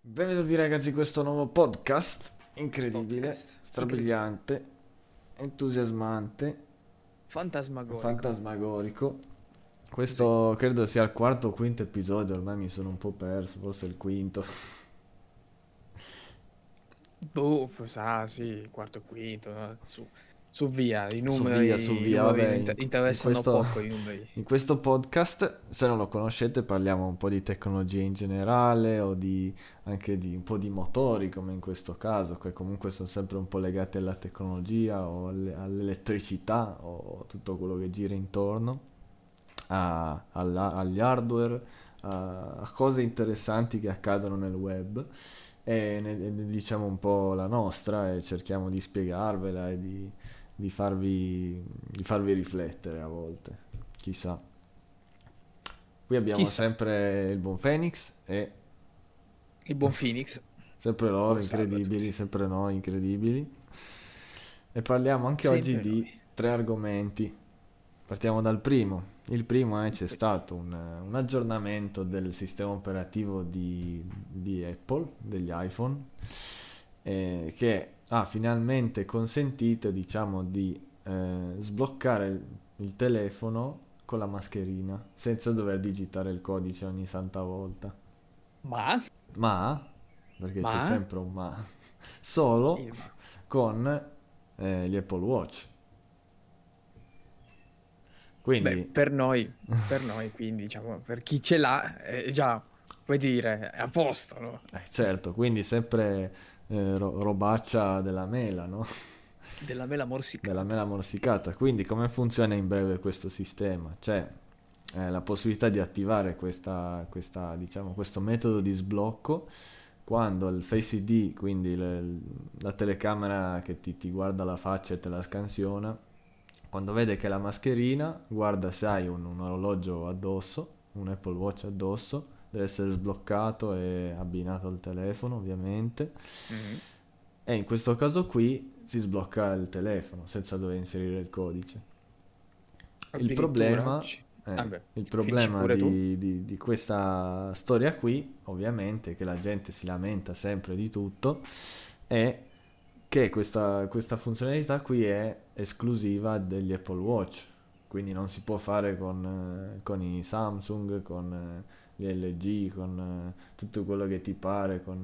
Benvenuti ragazzi in questo nuovo podcast incredibile, Podcast. Incredibile. strabiliante, entusiasmante, Fantasmagorico. fantasmagorico. Così. Questo credo sia il quarto o quinto episodio, ormai mi sono un po' perso, forse il quinto. Boh, sarà sì, quarto, quinto, no? Su via, Su i via, numeri vabbè, in interessano questo, poco i numeri. in questo podcast, se non lo conoscete, parliamo un po' di tecnologia in generale anche di un po' di motori, come in questo caso, che comunque sono sempre un po' legati alla tecnologia o all'elettricità o tutto quello che gira intorno, agli hardware, a cose interessanti che accadono nel web. E ne diciamo un po' la nostra e cerchiamo di spiegarvela e di farvi riflettere a volte, chissà. Qui abbiamo Chissà, sempre il buon Phoenix e il buon Phoenix. sempre loro Buon salve a tutti. incredibili, sempre noi incredibili. E parliamo anche oggi Sempre di noi. 3 argomenti. Partiamo dal primo. Il primo è c'è stato un aggiornamento del sistema operativo di Apple, degli iPhone, che ha finalmente consentito, diciamo, di sbloccare il telefono con la mascherina, senza dover digitare il codice ogni santa volta. Ma, Ma, perché c'è ma, sempre un ma, solo il ma. con gli Apple Watch. Beh, Quindi, per noi, quindi diciamo, per chi ce l'ha, già, puoi dire, è a posto, no? certo, quindi sempre robaccia della mela, no? Della mela Della morsicata. mela morsicata. Quindi come funziona in breve questo sistema? C'è la possibilità di attivare diciamo, questo metodo di sblocco quando il Face ID, quindi la telecamera che ti guarda la faccia e te la scansiona, quando vede che la mascherina, guarda se hai un orologio addosso, un Apple Watch addosso, deve essere sbloccato e abbinato al telefono, ovviamente. Mhm. E in questo caso qui si sblocca il telefono senza dover inserire il codice. Il Addirittura? problema, Vabbè, il finisci problema pure tu. di questa storia qui, ovviamente, che la gente si lamenta sempre di tutto, è che questa funzionalità qui è esclusiva degli Apple Watch, quindi non si può fare con i Samsung, con gli LG, con tutto quello che ti pare, con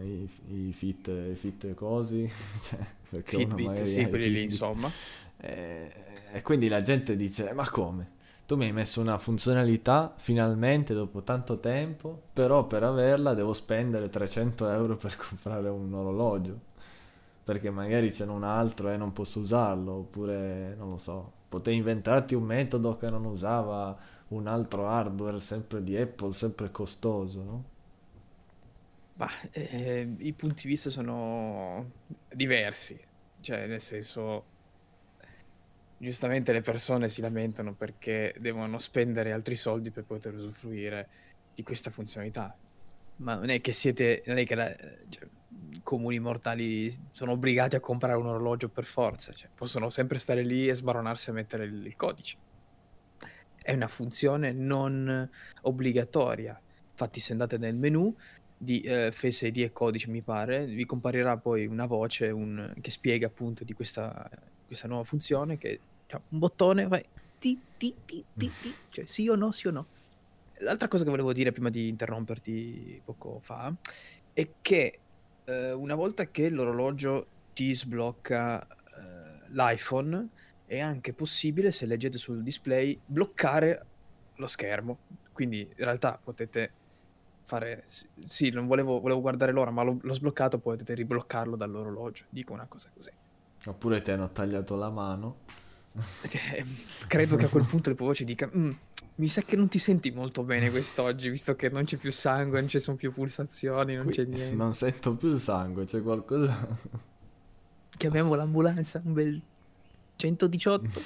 i Fit cosi, cioè, perché uno Fitbit, magari sì, ha i quelli lì, Fitbit. insomma. E, e quindi la gente dice, ma come? Tu mi hai messo una funzionalità finalmente dopo tanto tempo, però per averla devo spendere 300 euro per comprare un orologio perché magari ce n'è un altro e non posso usarlo, oppure non lo so, potevi inventarti un metodo che non usava un altro hardware sempre di Apple, sempre costoso, no? Ma i punti di vista sono diversi, cioè nel senso, giustamente le persone si lamentano perché devono spendere altri soldi per poter usufruire di questa funzionalità, ma non è che cioè, i comuni mortali sono obbligati a comprare un orologio per forza, cioè possono sempre stare lì e sbaronarsi a mettere il codice. È una funzione non obbligatoria. Infatti se andate nel menu di, Face ID e codice mi pare, vi comparirà poi una voce, che spiega appunto di questa nuova funzione che cioè un bottone vai ti, ti, ti, ti, ti, cioè sì o no. L'altra cosa che volevo dire prima di interromperti poco fa, è che, una volta che l'orologio ti sblocca, l'iPhone, è anche possibile, se leggete sul display, bloccare lo schermo. Quindi in realtà potete fare sì, non volevo guardare l'ora, ma l'ho sbloccato, potete ribloccarlo dall'orologio. Dico una cosa così. Oppure ti hanno tagliato la mano. Credo che a quel punto il tuo voce dica: mi sa che non ti senti molto bene quest'oggi, visto che non c'è più sangue, non ci son più pulsazioni, non Qui c'è niente. non sento più il sangue, c'è qualcosa. Chiamiamo l'ambulanza, un bel 118?"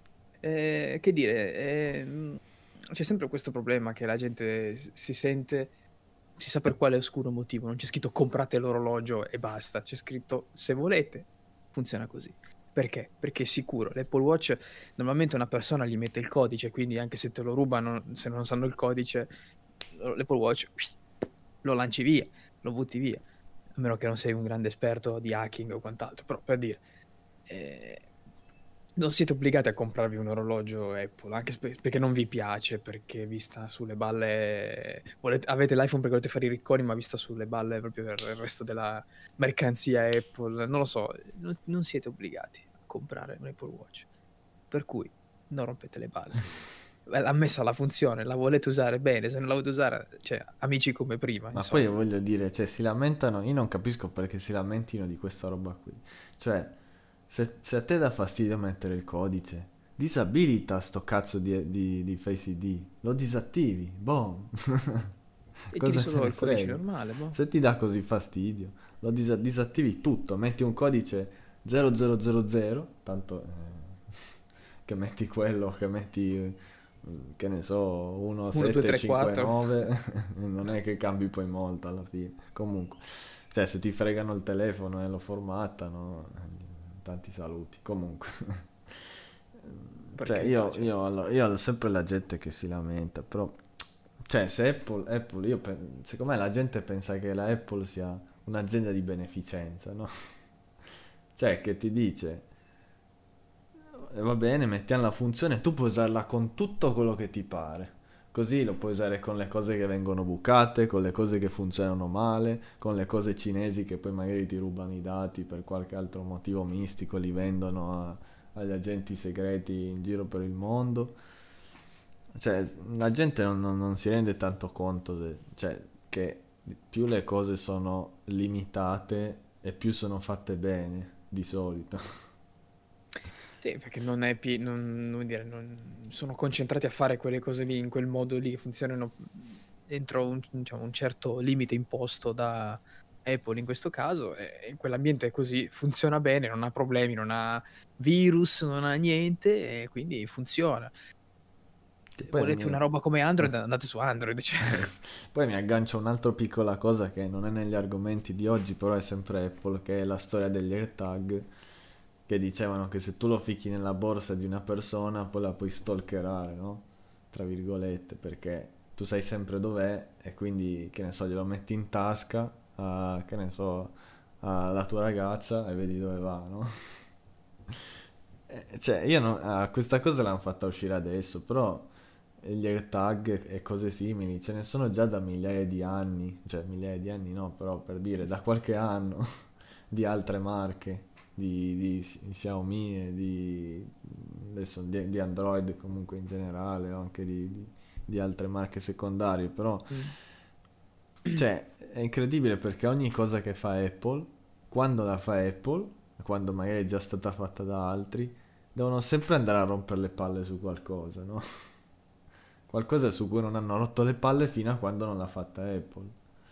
Che dire, c'è sempre questo problema che la gente si sente, si sa per quale oscuro motivo, non c'è scritto: "Comprate l'orologio e basta", c'è scritto: "Se volete". Funziona così. Perché? Perché è sicuro. L'Apple Watch normalmente una persona gli mette il codice, quindi anche se te lo rubano, se non sanno il codice, l'Apple Watch lo lanci via. lo butti via. A meno che non sei un grande esperto di hacking o quant'altro, però per dire, eh, non siete obbligati a comprarvi un orologio Apple, anche perché non vi piace, perché vi sta sulle balle, avete l'iPhone perché volete fare i ricconi, ma vi sta sulle balle proprio per il resto della mercanzia Apple, non lo so, non siete obbligati a comprare un Apple Watch, per cui non rompete le balle. L'ha messa la funzione, la volete usare bene, se non la volete usare, cioè, amici come prima, Ma poi io insomma. voglio dire, cioè si lamentano, io non capisco perché si lamentino di questa roba qui. Cioè, se a te dà fastidio mettere il codice, disabilita sto cazzo di Face ID, lo disattivi, boh. E tiri Cosa te solo ne il codice frega? normale, boh. Se ti dà così fastidio, disattivi tutto, metti un codice 0000, tanto che metti quello, che metti, che ne so, 1, 2, 3, 4. 1759, non è che cambi poi molto alla fine. Comunque, cioè se ti fregano il telefono e lo formattano, tanti saluti. Comunque, Per cioè carità, cioè. allora, io ho sempre la gente che si lamenta, però, cioè se Apple secondo me la gente pensa che la Apple sia un'azienda di beneficenza, no? Cioè che ti dice, va bene, mettiamo la funzione, tu puoi usarla con tutto quello che ti pare. Così lo puoi usare con le cose che vengono bucate, con le cose che funzionano male, con le cose cinesi che poi magari ti rubano i dati per qualche altro motivo mistico, li vendono agli agenti segreti in giro per il mondo. Cioè, la gente non si rende tanto conto cioè, che più le cose sono limitate e più sono fatte bene, di solito. Sì, perché non è non dire, sono concentrati a fare quelle cose lì in quel modo lì che funzionano entro diciamo, un certo limite imposto da Apple in questo caso, e quell'ambiente così funziona bene, non ha problemi, non ha virus, non ha niente, e quindi funziona. Che poi Volete una roba come Android, andate su Android. Cioè. poi mi aggancio a un'altra piccola cosa che non è negli argomenti di oggi, però è sempre Apple, che è la storia degli AirTag, che dicevano che se tu lo ficchi nella borsa di una persona, poi la puoi stalkerare, no? Tra virgolette, perché tu sai sempre dov'è e quindi, che ne so, glielo metti in tasca, che ne so, alla tua ragazza e vedi dove va, no? Cioè, io questa cosa l'hanno fatta uscire adesso, però gli AirTag e cose simili ce ne sono già da migliaia di anni, cioè migliaia di anni no, però per dire da qualche anno di altre marche, di Xiaomi e adesso di Android comunque in generale o anche di altre marche secondarie, però Mm. cioè è incredibile perché ogni cosa che fa Apple, quando la fa Apple, quando magari è già stata fatta da altri, devono sempre andare a rompere le palle su qualcosa, no? Qualcosa su cui non hanno rotto le palle fino a quando non l'ha fatta Apple.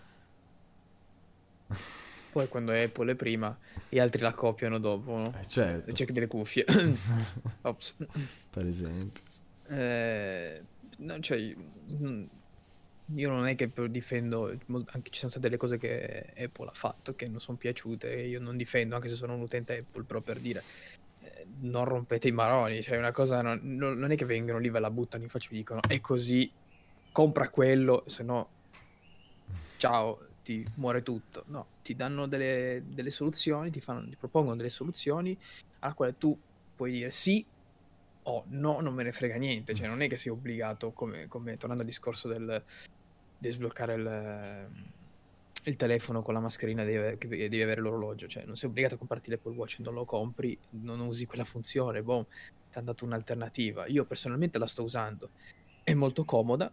Poi quando Apple è prima, gli altri la copiano dopo, no? Le Certo, jack delle cuffie. Ops. per esempio. No, cioè, mm, io non è che difendo, anche ci sono state delle cose che Apple ha fatto che non sono piaciute, e io non difendo, anche se sono un utente Apple, però per dire, non rompete i maroni, cioè una cosa, non è che vengono lì, ve la buttano in faccia e vi dicono, è così, compra quello, se no ciao, ti muore tutto. No, ti danno delle soluzioni, ti propongono delle soluzioni alla quale tu puoi dire sì o no, non me ne frega niente. Cioè, non è che sei obbligato, come tornando al discorso di sbloccare il telefono con la mascherina, che devi avere l'orologio. Cioè, non sei obbligato a comprarti l'Apple Watch, non lo compri, non usi quella funzione, boh, ti hanno dato un'alternativa. Io personalmente la sto usando, è molto comoda,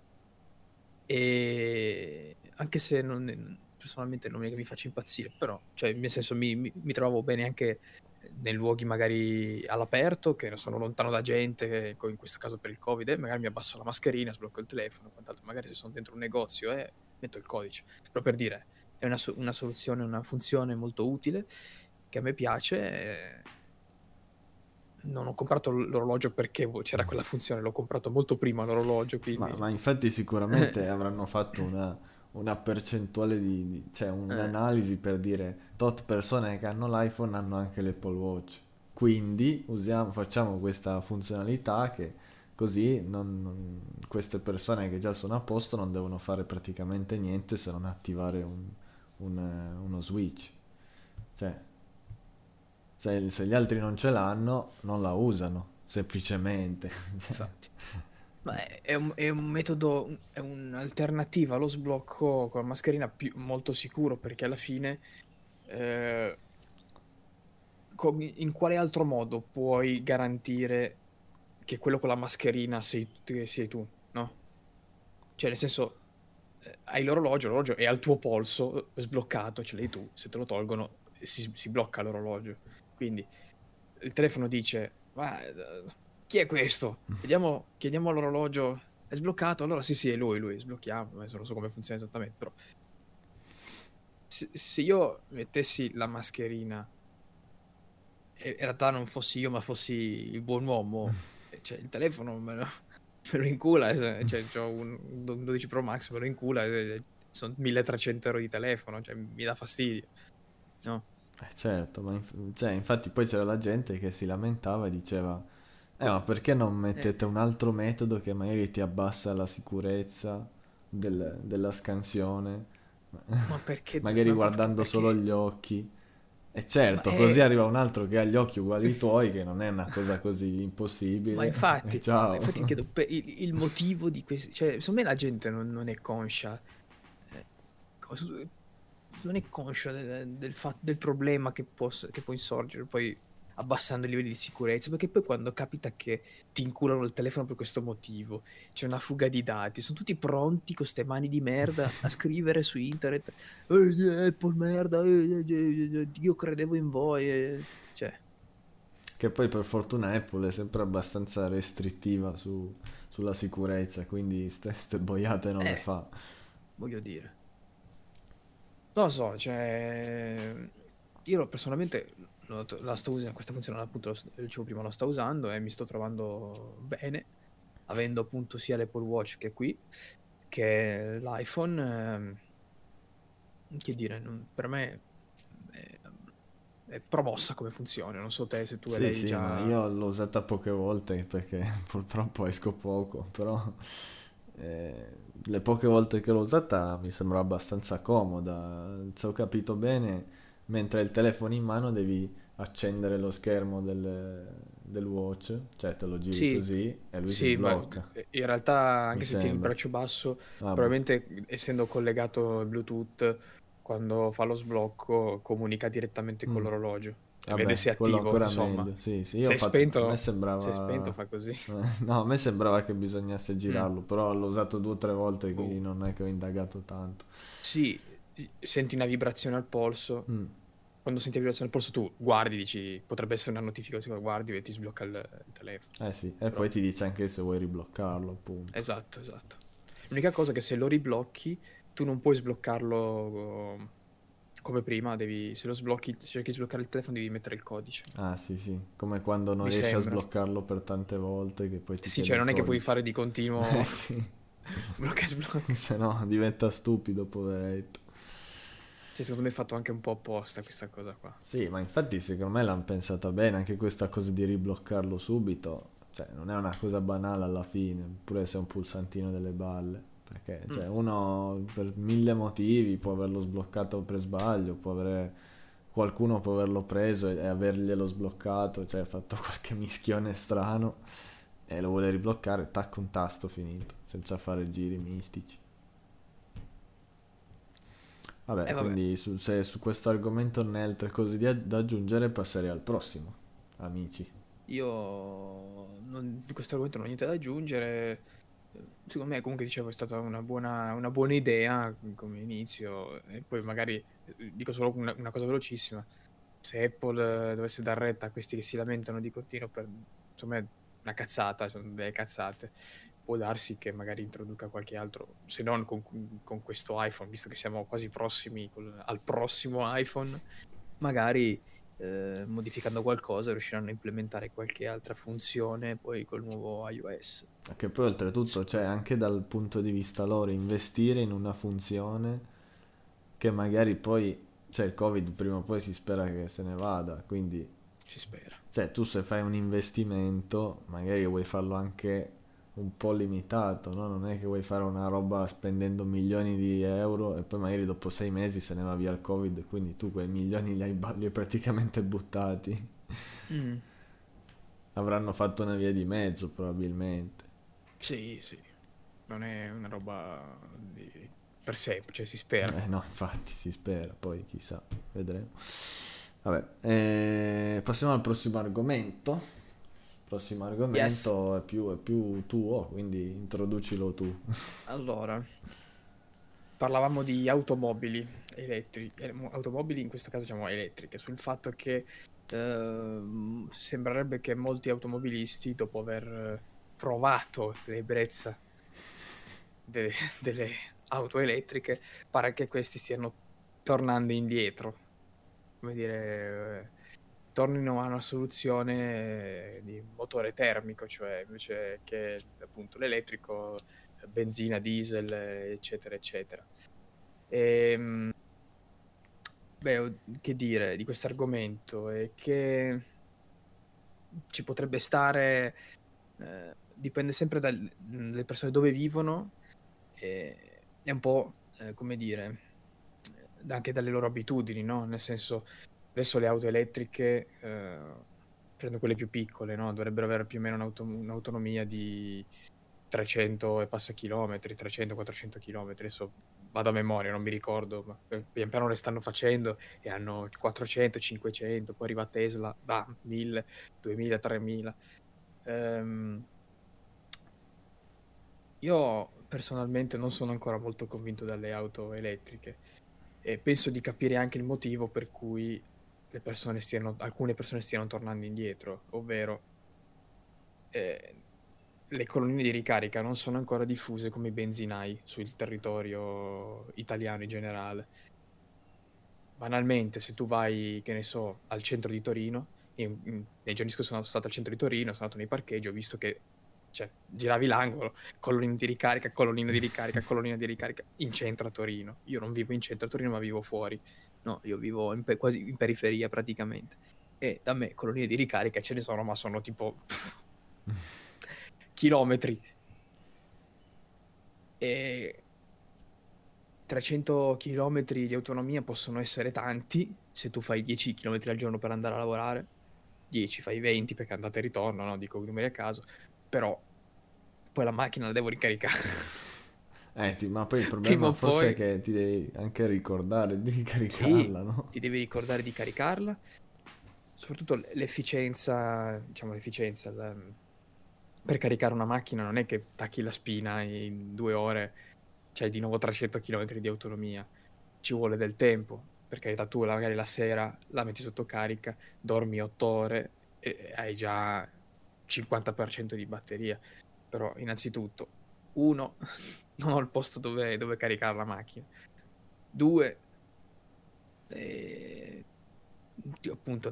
e anche se personalmente non è che mi faccia impazzire, però, cioè, nel senso, mi trovo bene anche nei luoghi magari all'aperto, che sono lontano da gente, in questo caso per il Covid, e magari mi abbasso la mascherina, sblocco il telefono, quant'altro. Magari se sono dentro un negozio e metto il codice. Però per dire, è una soluzione, una funzione molto utile che a me piace. Non ho comprato l'orologio perché c'era quella funzione, l'ho comprato molto prima l'orologio, Ma, quindi... ma infatti sicuramente avranno fatto una percentuale cioè un'analisi per dire tot persone che hanno l'iPhone hanno anche l'Apple Watch. Quindi facciamo questa funzionalità che così queste persone che già sono a posto non devono fare praticamente niente se non attivare uno switch. Cioè, se gli altri non ce l'hanno, non la usano, semplicemente. Cioè, infatti. Ma è un metodo, è un'alternativa allo sblocco con la mascherina molto sicuro, perché alla fine eh, in quale altro modo puoi garantire che quello con la mascherina sei tu, no? Cioè, nel senso, hai l'orologio è al tuo polso, sbloccato, ce l'hai tu, se te lo tolgono si blocca l'orologio. Quindi il telefono dice, ma chi è questo? Chiediamo all'orologio, è sbloccato? Allora sì, sì, è lui, sblocchiamo. Adesso non so come funziona esattamente, però se io mettessi la mascherina e in realtà non fossi io, ma fossi il buon uomo, cioè il telefono me lo incula, cioè c'ho un 12 Pro Max, me lo incula, sono 1300 euro di telefono, cioè mi dà fastidio, no? certo, cioè, infatti poi c'era la gente che si lamentava e diceva, ma perché non Eh, mettete un altro metodo che magari ti abbassa la sicurezza della scansione, ma perché, magari ma proprio guardando solo perché, gli occhi. E ma certo, così è, arriva un altro che ha gli occhi uguali ai tuoi, che non è una cosa così ma impossibile, e infatti, ma ciao. infatti chiedo il motivo di questi, cioè secondo me la gente non è conscia, eh, cos- non è conscia del problema che può insorgere poi abbassando i livelli di sicurezza, perché poi quando capita che ti inculano il telefono per questo motivo, c'è una fuga di dati, sono tutti pronti con ste mani di merda a scrivere su internet, Apple merda, io credevo in voi, cioè, Che poi per fortuna Apple è sempre abbastanza restrittiva sulla sicurezza, quindi ste boiate non le eh, fa. voglio dire. Non lo so, cioè, io personalmente la sto usando, questa funzione appunto, dicevo prima, la sto usando e mi sto trovando bene, avendo appunto sia l'Apple Watch che qui, che l'iPhone, che dire, per me è, è promossa come funzione, non so te se tu Sì, l'hai sì, ma già... io l'ho usata poche volte perché purtroppo esco poco, però eh, le poche volte che l'ho usata mi sembra abbastanza comoda. Se ho capito bene, mentre hai il telefono in mano devi accendere lo schermo del watch, cioè te lo giri Sì, così e lui si sì, ma sblocca, in realtà mi anche se tieni il sembra. braccio basso, Ah, boh. probabilmente essendo collegato Bluetooth, quando fa lo sblocco comunica direttamente con Mm. l'orologio e vede Vabbè, se è quello attivo, ancora insomma. meglio. Sì, sì, Se è a me spento, se è spento sembrava. fa così. No, a me sembrava che bisognasse Mm. girarlo, però l'ho usato 2 o 3 volte, quindi Oh. non è che ho indagato tanto. Sì, senti una vibrazione al polso. Mm. Quando senti la vibrazione al polso tu guardi, dici potrebbe essere una notifica, guardi e ti sblocca il telefono. Eh sì, e Però poi ti dice anche se vuoi ribloccarlo, appunto. esatto, esatto. L'unica cosa è che se lo riblocchi, tu non puoi sbloccarlo come prima, se lo sblocchi, se cerchi di sbloccare il telefono devi mettere il codice. Ah sì, sì, come quando non Mi riesci a sembra. sbloccarlo per tante volte che poi ti Sì, chiede cioè il non è che puoi codice. fare di Eh continuo sì, blocca e sblocca. se no diventa stupido, poveretto. Cioè, secondo me è fatto anche un po' apposta questa cosa qua. Sì, ma infatti secondo me l'hanno pensata bene anche questa cosa di ribloccarlo subito. Cioè, non è una cosa banale alla fine, pure se è un pulsantino delle balle. Perché, Mm. cioè, uno per 1000 motivi può averlo sbloccato per sbaglio, qualcuno può averlo preso e averglielo sbloccato, cioè ha fatto qualche mischione strano e lo vuole ribloccare, tac, un tasto finito, senza fare giri mistici. Vabbè, Vabbè, quindi se su questo argomento non hai altre cose da aggiungere, passerei al prossimo, amici. di questo argomento non ho niente da aggiungere. Secondo me, comunque, dicevo, è stata una buona idea come inizio. E poi magari dico solo una cosa velocissima. Se Apple dovesse dar retta a questi che si lamentano di continuo insomma, è una cazzata, sono delle cazzate. Può darsi che magari introduca qualche altro, se non con questo iPhone, visto che siamo quasi prossimi al prossimo iPhone, magari modificando qualcosa riusciranno a implementare qualche altra funzione poi col nuovo iOS. Che poi oltretutto, cioè, Spero. anche dal punto di vista loro, investire in una funzione che magari poi, cioè il Covid prima o poi si spera che se ne vada, quindi, Si spera. cioè tu se fai un investimento, magari vuoi farlo anche un po' limitato, no? Non è che vuoi fare una roba spendendo milioni di euro e poi magari dopo 6 mesi se ne va via il Covid, quindi tu quei milioni li hai praticamente buttati. Mm, Avranno fatto una via di mezzo probabilmente. sì, sì, non è una roba per sé, cioè si spera. No, infatti, si spera, poi chissà, vedremo. Vabbè, passiamo al prossimo argomento. Il prossimo Yes. argomento è più tuo, quindi introducilo tu. Allora, parlavamo di automobili elettriche, automobili in questo caso diciamo elettriche, sul fatto che sembrerebbe che molti automobilisti, dopo aver provato l'ebbrezza de- delle auto elettriche, pare che questi stiano tornando indietro, come dire, tornino a una soluzione di motore termico, cioè invece che appunto l'elettrico, benzina, diesel, eccetera, eccetera. Ehm, Beh, che dire di questo argomento è che ci potrebbe stare, dipende sempre dalle persone dove vivono, e un po', come dire, anche dalle loro abitudini, no, nel senso, adesso le auto elettriche, prendo quelle più piccole, no, dovrebbero avere più o meno un'autonomia di 300 e passa chilometri, 300, 400 chilometri. Adesso vado a memoria, non mi ricordo, ma pian piano le stanno facendo e hanno 400, 500, poi arriva Tesla, bam, 1000, 2000, 3000. Ehm, io personalmente non sono ancora molto convinto dalle auto elettriche e penso di capire anche il motivo per cui alcune persone stiano tornando indietro, ovvero ehm, le colonnine di ricarica non sono ancora diffuse come i benzinai sul territorio italiano in generale. Banalmente, se tu vai, che ne so, al centro di Torino, nei giorni scorsi sono stato al centro di Torino, sono andato nei parcheggi, ho visto che, cioè, giravi l'angolo, colonnina di ricarica, colonnina di ricarica, colonnina di ricarica, in centro a Torino. Io non vivo in centro a Torino, ma vivo fuori. No, io vivo quasi in periferia praticamente. E da me colonnine di ricarica ce ne sono, ma sono tipo chilometri. E 300 chilometri di autonomia possono essere tanti, se tu fai 10 chilometri al giorno per andare a lavorare, 10, fai 20 perché andata e ritorno, no, dico numeri a caso, però poi la macchina la devo ricaricare. Ma poi il Prima problema o forse è poi che ti devi anche ricordare di sì, ricaricarla, no? ti devi ricordare di caricarla, soprattutto l'efficienza, diciamo l'efficienza, per caricare una macchina non è che tacchi la spina e in 2 ore c'hai di nuovo 300 chilometri di autonomia. Ci vuole del tempo. Per carità, tu magari la sera la metti sotto carica, dormi 8 ore e hai già 50% di batteria. Però innanzitutto, 1 non ho il posto dove caricare la macchina. 2, ehm, appunto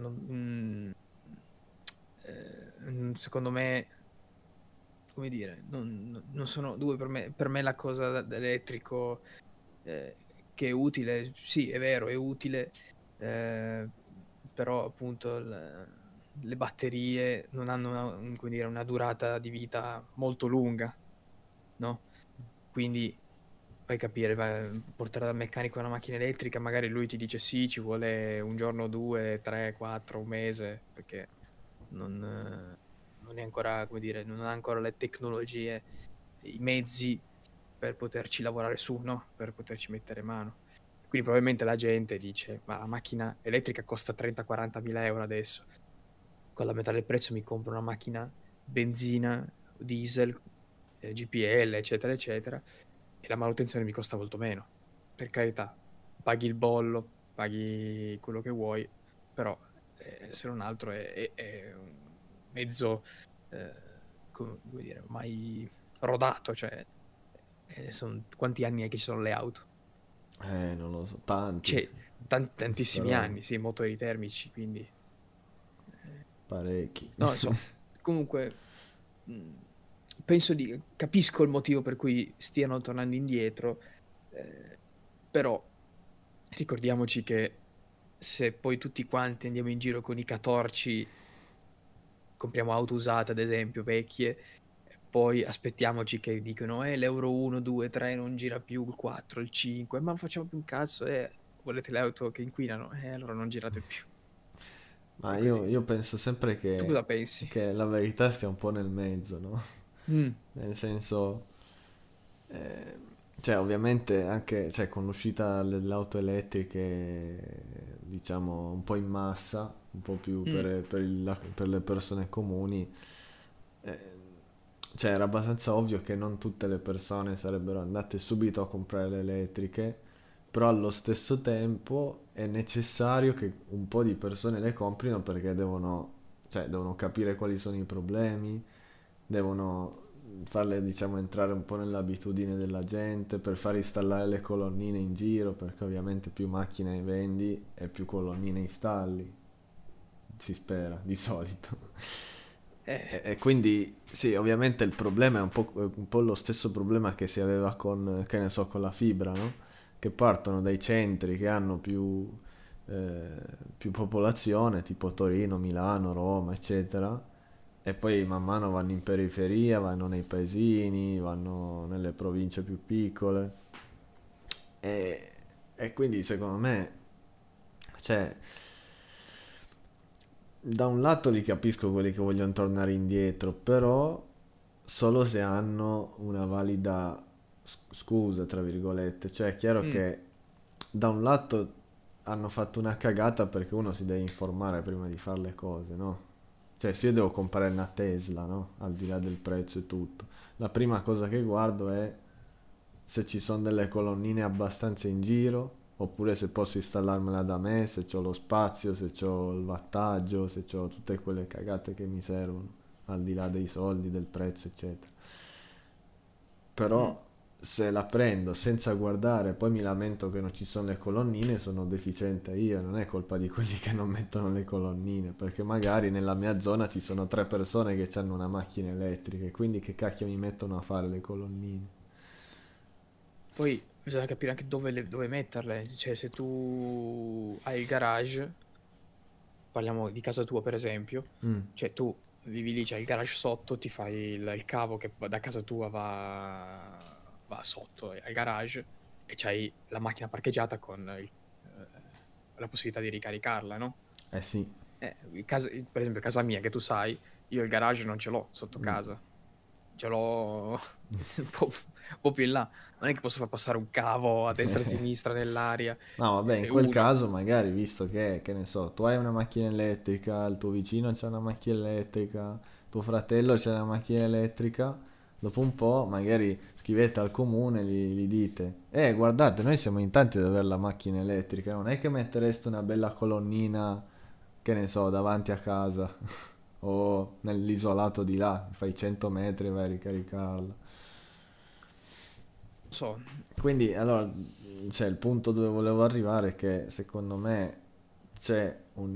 secondo me, come dire, non sono 2 per me la cosa dell'elettrico, ehm, che è utile, sì, è vero, è utile, ehm, però appunto le batterie non hanno come dire, una durata di vita molto lunga, no, quindi fai capire, portare dal meccanico una macchina elettrica, magari lui ti dice: "Sì, ci vuole 1 giorno, 2, 3, 4, 1 mese", perché non non è ancora, come dire, non ha ancora le tecnologie, i mezzi per poterci lavorare su, no, per poterci mettere mano. Quindi probabilmente la gente dice: "Ma la macchina elettrica costa 30, 40.000 € adesso. Con la metà del prezzo mi compro una macchina benzina, diesel, GPL, eccetera, eccetera, e la manutenzione mi costa molto meno". Per carità, paghi il bollo, paghi quello che vuoi, però, se non altro è un mezzo, come dire, ormai rodato, cioè, quanti anni è che ci sono le auto? Non lo so, tanti, Cioè, tantissimi però anni, sì, motori termici, quindi parecchi. non lo so. Comunque, mhmm, penso di capisco il motivo per cui stiano tornando indietro, ehm, però ricordiamoci che se poi tutti quanti andiamo in giro con i catorci, compriamo auto usate ad esempio, vecchie, poi aspettiamoci che dicono l'Euro 1, 2, 3 non gira più, il 4, il 5, ma non facciamo più un cazzo, volete le auto che inquinano? Allora non girate più. Ma E io, così. io penso sempre Tu cosa pensi? che la verità stia un po' nel mezzo, no? Mm, Nel senso, eh, cioè ovviamente anche cioè, con l'uscita delle auto elettriche, diciamo un po' in massa, un po' più mm. per le persone comuni, eh, cioè era abbastanza ovvio che non tutte le persone sarebbero andate subito a comprare le elettriche, però allo stesso tempo è necessario che un po' di persone le comprino perché devono capire quali sono i problemi, devono farle, diciamo, entrare un po' nell'abitudine della gente per far installare le colonnine in giro, perché ovviamente più macchine vendi e più colonnine installi, si spera, di solito. Eh, E quindi sì, ovviamente il problema è un po' lo stesso problema che si aveva con, che ne so, con la fibra, no? Che partono dai centri che hanno eh, più popolazione, tipo Torino, Milano, Roma, eccetera, e poi man mano vanno in periferia, vanno nei paesini, vanno nelle province più piccole. E, e quindi secondo me, cioè, da un lato li capisco quelli che vogliono tornare indietro, però solo se hanno una valida scusa, tra virgolette. Cioè, è chiaro mm, che da un lato hanno fatto una cagata perché uno si deve informare prima di fare le cose, no? Cioè, se io devo comprare una Tesla, no? Al di là del prezzo e tutto, la prima cosa che guardo è se ci sono delle colonnine abbastanza in giro, oppure se posso installarmela da me, se ho lo spazio, se ho il wattaggio, se ho tutte quelle cagate che mi servono, al di là dei soldi, del prezzo, eccetera. mm. Però se la prendo senza guardare, poi mi lamento che non ci sono le colonnine, sono deficiente io, non è colpa di quelli che non mettono le colonnine, perché magari nella mia zona ci sono 3 persone che hanno una macchina elettrica, e quindi che cacchio mi mettono a fare le colonnine? Poi bisogna capire anche dove metterle. Cioè, se tu hai il garage, parliamo di casa tua per esempio, Mm. cioè tu vivi lì, c'hai il garage sotto, ti fai il cavo che da casa tua va sotto al garage e c'hai la macchina parcheggiata con la possibilità di ricaricarla, no? Eh sì. Per esempio, casa mia, che tu sai, io il garage non ce l'ho sotto Mm. casa, ce l'ho un po' più in là. Non è che posso far passare un cavo a destra e a sinistra nell'aria. No, vabbè, in È quel uno. caso magari, visto che ne so, tu hai una macchina elettrica, il tuo vicino c'ha una macchina elettrica, tuo fratello c'ha una macchina elettrica, dopo un po' magari scrivete al comune, gli dite, guardate, noi siamo in tanti ad avere la macchina elettrica, non è che mettereste una bella colonnina, che ne so, davanti a casa o nell'isolato di là, fai 100 metri e vai a ricaricarla. So, Quindi, allora, cioè, il punto dove volevo arrivare è che secondo me c'è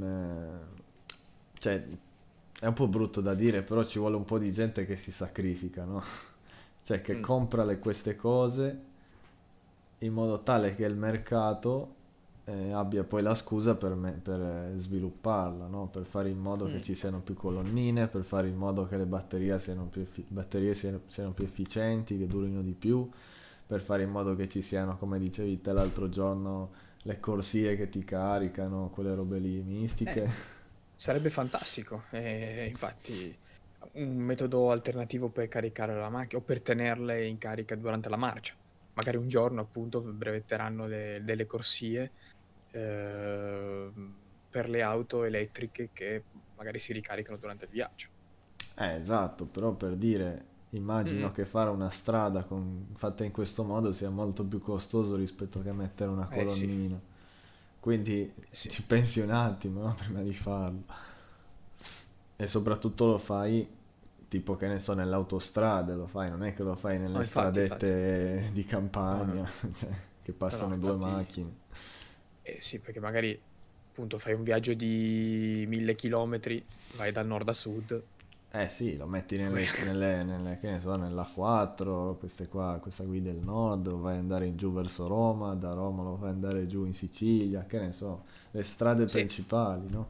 cioè, è un po' brutto da dire, però ci vuole un po' di gente che si sacrifica, no? Cioè, che mm, compra queste cose in modo tale che il mercato abbia poi la scusa per svilupparla, no? Per fare in modo che mm. ci siano più colonnine, per fare in modo che le batterie siano più efficienti, che durino di più, per fare in modo che ci siano, come dicevi te l'altro giorno, le corsie che ti caricano, quelle robe lì Eh, mistiche. sarebbe fantastico. Infatti, un metodo alternativo per caricare la macchina o per tenerle in carica durante la marcia. Magari un giorno, appunto, brevetteranno delle corsie per le auto elettriche che magari si ricaricano durante il viaggio. Esatto, però per dire, immagino Mm, che fare una strada fatta in questo modo sia molto più costoso rispetto che mettere una sì, colonnina. Quindi sì. ci pensi un attimo, no? Prima di farlo. E soprattutto lo fai tipo che ne so nelle autostrade, lo fai, non è che lo fai No, nelle infatti. stradette di No, no, campagna, cioè, che no, passano due infatti. macchine. Sì, perché magari appunto fai un viaggio di 1000 chilometri, vai dal nord a sud. Eh sì, lo metti Poi, che ne so, nella 4, queste qua, questa qui del nord, lo vai andare giù verso Roma, da Roma lo fai andare giù in Sicilia, che ne so, le strade sì, principali, no?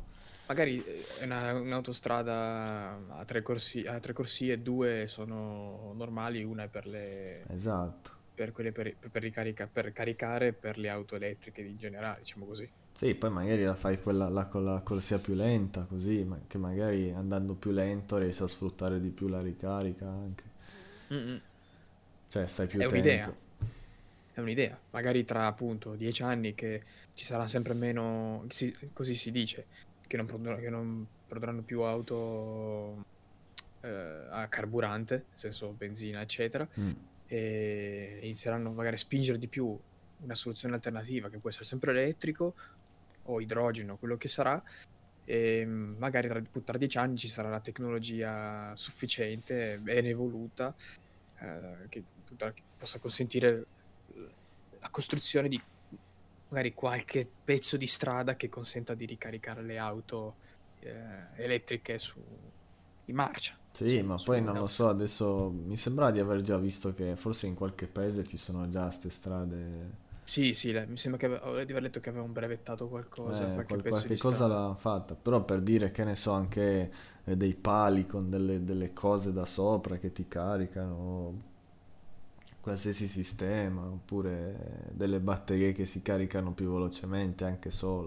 Magari è un'autostrada a tre corsie, due sono normali, una è Esatto. per quelle per caricare per le auto elettriche in generale, diciamo così. Sì, poi magari la fai quella là con la corsia più lenta, così, che magari andando più lento riesci a sfruttare di più la ricarica anche. Mm-mm. Cioè, stai più È tempo. un'idea, è un'idea. Magari tra appunto 10 anni che ci sarà sempre meno, così si dice, che non produrranno più auto a carburante, nel senso benzina, eccetera, Mm. e inizieranno magari a spingere di più una soluzione alternativa che può essere sempre elettrico o idrogeno, quello che sarà, e magari tra 10 anni ci sarà la tecnologia sufficiente, ben evoluta, che possa consentire la costruzione di magari qualche pezzo di strada che consenta di ricaricare le auto elettriche in marcia, Sì, insomma, ma poi non lo so, adesso mi sembra di aver già visto che forse in qualche paese ci sono già ste strade. Sì, sì, mi sembra di aver letto che avevano brevettato qualcosa, qualche pezzo Qualche di cosa strada. l'ha fatta, però per dire che ne so, anche dei pali con delle cose da sopra che ti caricano, qualsiasi sistema, oppure delle batterie che si caricano più velocemente anche solo.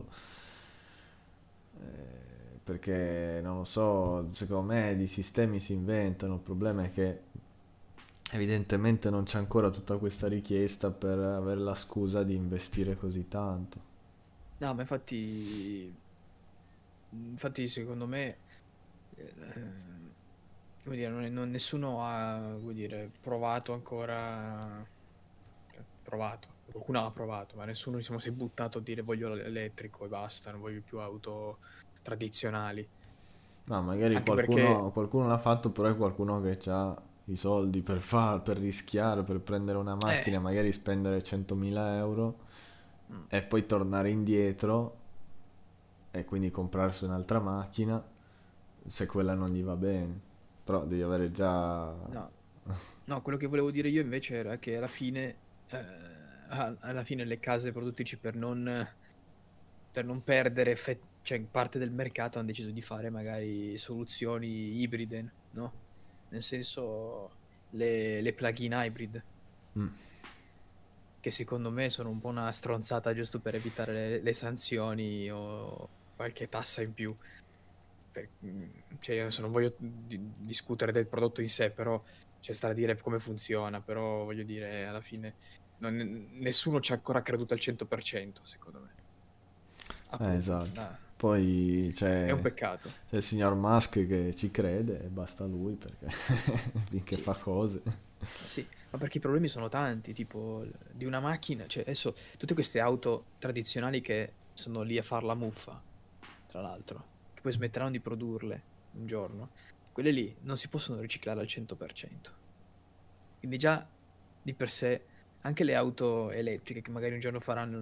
Perché non lo so, secondo me di sistemi si inventano, il problema è che evidentemente non c'è ancora tutta questa richiesta per avere la scusa di investire così tanto. No, ma infatti secondo me, come dire, nessuno ha, come dire, provato ancora, cioè, provato, qualcuno ha provato, ma nessuno diciamo, si è buttato a dire voglio l'elettrico e basta, non voglio più auto tradizionali. No, magari Anche perché, qualcuno l'ha fatto, però è qualcuno che ha i soldi per rischiare, per prendere una macchina, eh, magari spendere 100.000 euro mm, e poi tornare indietro e quindi comprarsi un'altra macchina se quella non gli va bene. Però devi avere già... no, no, quello che volevo dire io invece era che eh, alla fine le case produttrici per non perdere cioè parte del mercato hanno deciso di fare magari soluzioni ibride, no? Nel senso le plug-in hybrid, Mm. che secondo me sono un po' una stronzata giusto per evitare le sanzioni o qualche tassa in più. Cioè, io adesso non voglio discutere del prodotto in sé, però c'è sta a dire come funziona, però voglio dire, alla fine nessuno ci ha ancora creduto al 100%, secondo me. Appunto, Esatto. Poi è un peccato. c'è il signor Musk che ci crede e basta lui perché finché Sì, fa cose. sì, ma perché i problemi sono tanti, tipo di una macchina, cioè adesso tutte queste auto tradizionali che sono lì a far la muffa, tra l'altro, che poi smetteranno di produrle un giorno, quelle lì non si possono riciclare al 100%. Quindi già di per sé anche le auto elettriche che magari un giorno faranno,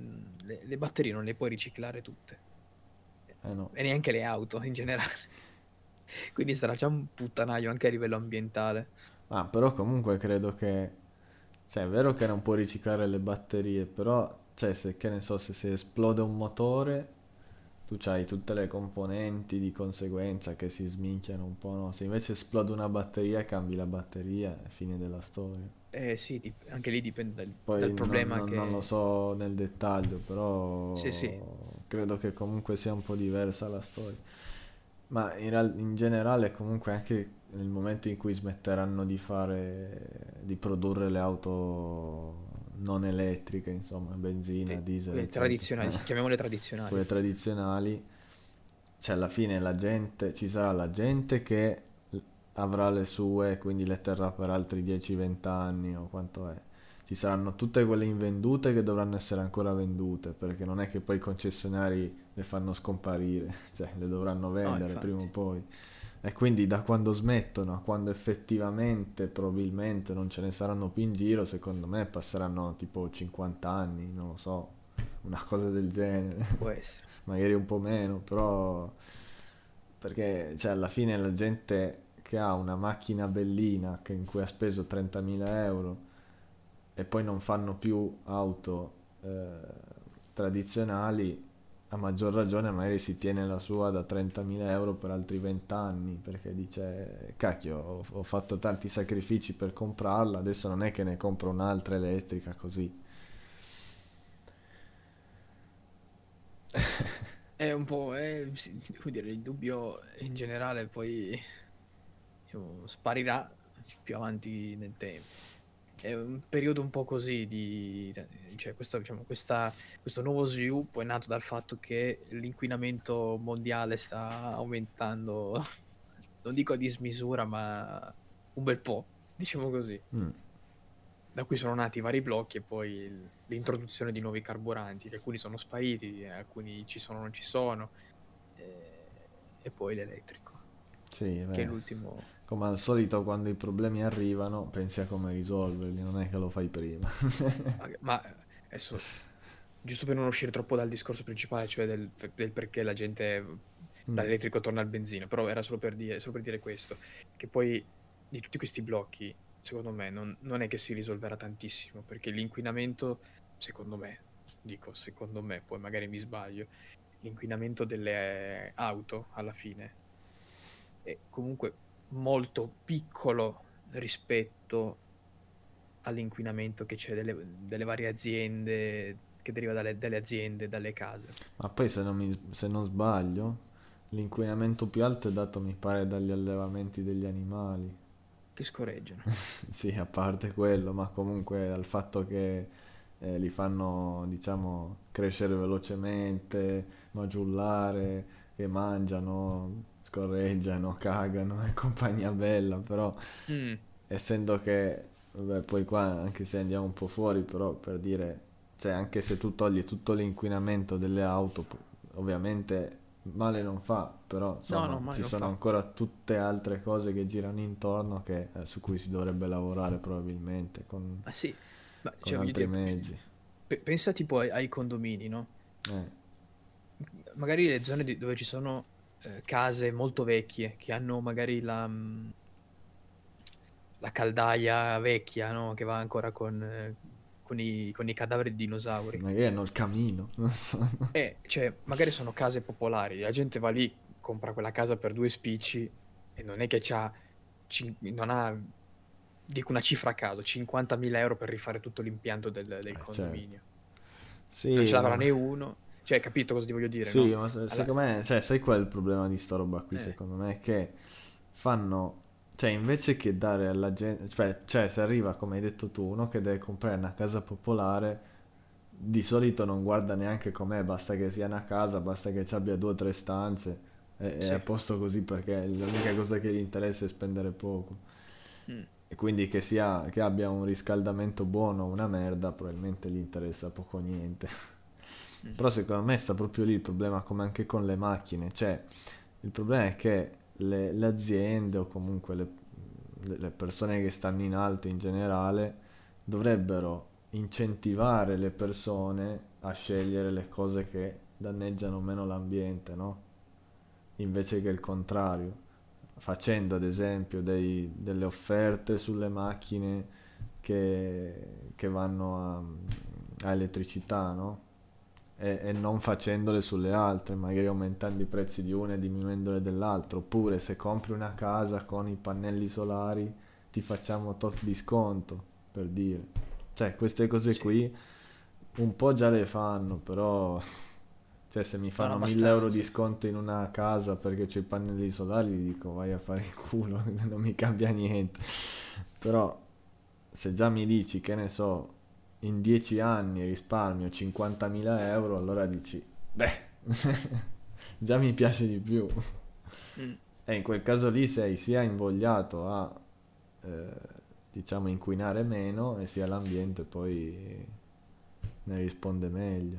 le batterie non le puoi riciclare tutte, Eh no. e neanche le auto in generale. Quindi sarà già un puttanaio anche a livello ambientale. Ah, però comunque credo che... Cioè, è vero che non puoi riciclare le batterie, però, cioè, se, che ne so, se si esplode un motore, tu c'hai tutte le componenti di conseguenza che si sminchiano un po', no? Se invece esplode una batteria, cambi la batteria, è fine della storia. Eh sì, anche lì dipende dal Poi problema non lo che... so nel dettaglio, Sì, sì. però credo che comunque sia un po' diversa la storia. Ma in generale comunque anche nel momento in cui smetteranno di di produrre le auto non elettriche, insomma, benzina, diesel, Quelle eccetera, tradizionali, chiamiamole tradizionali. quelle tradizionali, cioè alla fine la gente, ci sarà la gente che avrà le sue, quindi le terrà per altri 10-20 anni o quanto è. Ci saranno tutte quelle invendute che dovranno essere ancora vendute, perché non è che poi i concessionari le fanno scomparire, cioè le dovranno No, vendere prima o infatti. poi. E quindi da quando smettono a quando effettivamente probabilmente non ce ne saranno più in giro, secondo me passeranno tipo 50 anni, non lo so, una cosa del genere. Può essere. Magari un po' meno, però perché cioè, alla fine la gente che ha una macchina bellina in cui ha speso 30.000 euro e poi non fanno più auto tradizionali, a maggior ragione magari si tiene la sua da 30.000 euro per altri 20 anni, perché dice, cacchio, ho fatto tanti sacrifici per comprarla, adesso non è che ne compro un'altra elettrica così. È un po', sì, come dire, il dubbio in generale poi diciamo, sparirà più avanti nel tempo. È un periodo un po' così cioè diciamo, questo nuovo sviluppo è nato dal fatto che l'inquinamento mondiale sta aumentando, non dico a dismisura, ma un bel po', diciamo così. Mm. Da cui sono nati i vari blocchi e poi l'introduzione di nuovi carburanti, che alcuni sono spariti, alcuni ci sono, non ci sono, e poi l'elettrico, Sì, che è beh, l'ultimo. come al solito quando i problemi arrivano pensi a come risolverli, non è che lo fai prima. Ma adesso, giusto per non uscire troppo dal discorso principale, cioè del perché la gente Mm. dall'elettrico torna al benzina, però era solo per dire questo, che poi di tutti questi blocchi, secondo me, non è che si risolverà tantissimo, perché l'inquinamento, secondo me, dico secondo me, poi magari mi sbaglio, l'inquinamento delle auto alla fine è comunque molto piccolo rispetto all'inquinamento che c'è delle varie aziende, che deriva dalle aziende, dalle case, Ma poi se non sbaglio, l'inquinamento più alto è dato mi pare dagli allevamenti degli animali. che scorreggiano. Sì, a parte quello, ma comunque dal fatto che li fanno, diciamo, crescere velocemente, magiullare, che mangiano, scorreggiano, cagano, è compagnia bella, però Mm, essendo che, vabbè, poi qua anche se andiamo un po' fuori, però per dire, cioè anche se tu togli tutto l'inquinamento delle auto, ovviamente male non fa, però no, no, insomma male ci non sono fa. ancora tutte altre cose che girano intorno su cui si dovrebbe lavorare probabilmente Ma sì, ma con cioè, voglio altri dire, mezzi. pensa tipo ai condomini, no? Eh, Magari le zone dove ci sono case molto vecchie, che hanno magari la caldaia vecchia, no? Che va ancora con i cadaveri di dinosauri. magari hanno il camino, non so. Cioè, magari sono case popolari, la gente va lì, compra quella casa per due spicci e non è che non ha, dico una cifra a caso, 50.000 euro per rifare tutto l'impianto del Certo. condominio. Non ce Sì, l'avrà ma... né uno, cioè, capito cosa ti voglio dire, Sì, no? ma Alla- secondo me, cioè, sai qual è il problema di sta roba qui, eh, secondo me? Che fanno, cioè, invece che dare alla gente, cioè, se arriva, come hai detto tu, uno che deve comprare una casa popolare, di solito non guarda neanche com'è, basta che sia una casa, basta che ci abbia due o tre stanze, è a sì. posto così perché l'unica cosa che gli interessa è spendere poco. Mm, E quindi che abbia un riscaldamento buono o una merda, probabilmente gli interessa poco o niente. mm. Però secondo me sta proprio lì il problema, come anche con le macchine. Cioè, il problema è che le aziende o comunque le persone che stanno in alto in generale dovrebbero incentivare le persone a scegliere le cose che danneggiano meno l'ambiente, no? Invece che il contrario, facendo ad esempio delle offerte sulle macchine che vanno a elettricità, no? E non facendole sulle altre, magari aumentando i prezzi di una e diminuendole dell'altra, oppure se compri una casa con i pannelli solari ti facciamo tot di sconto, per dire. Cioè, queste cose Sì, qui un po' già le fanno, però cioè se mi non fanno 1000 euro di abbastanza. sconto in una casa perché c'ho i pannelli solari, gli dico vai a fare il culo, non mi cambia niente. Però se già mi dici, che ne so, in 10 anni risparmio 50.000 euro, allora dici, beh, già mi piace di più. Mm. E in quel caso lì sei sia invogliato a, eh, diciamo, inquinare meno e sia l'ambiente poi ne risponde meglio.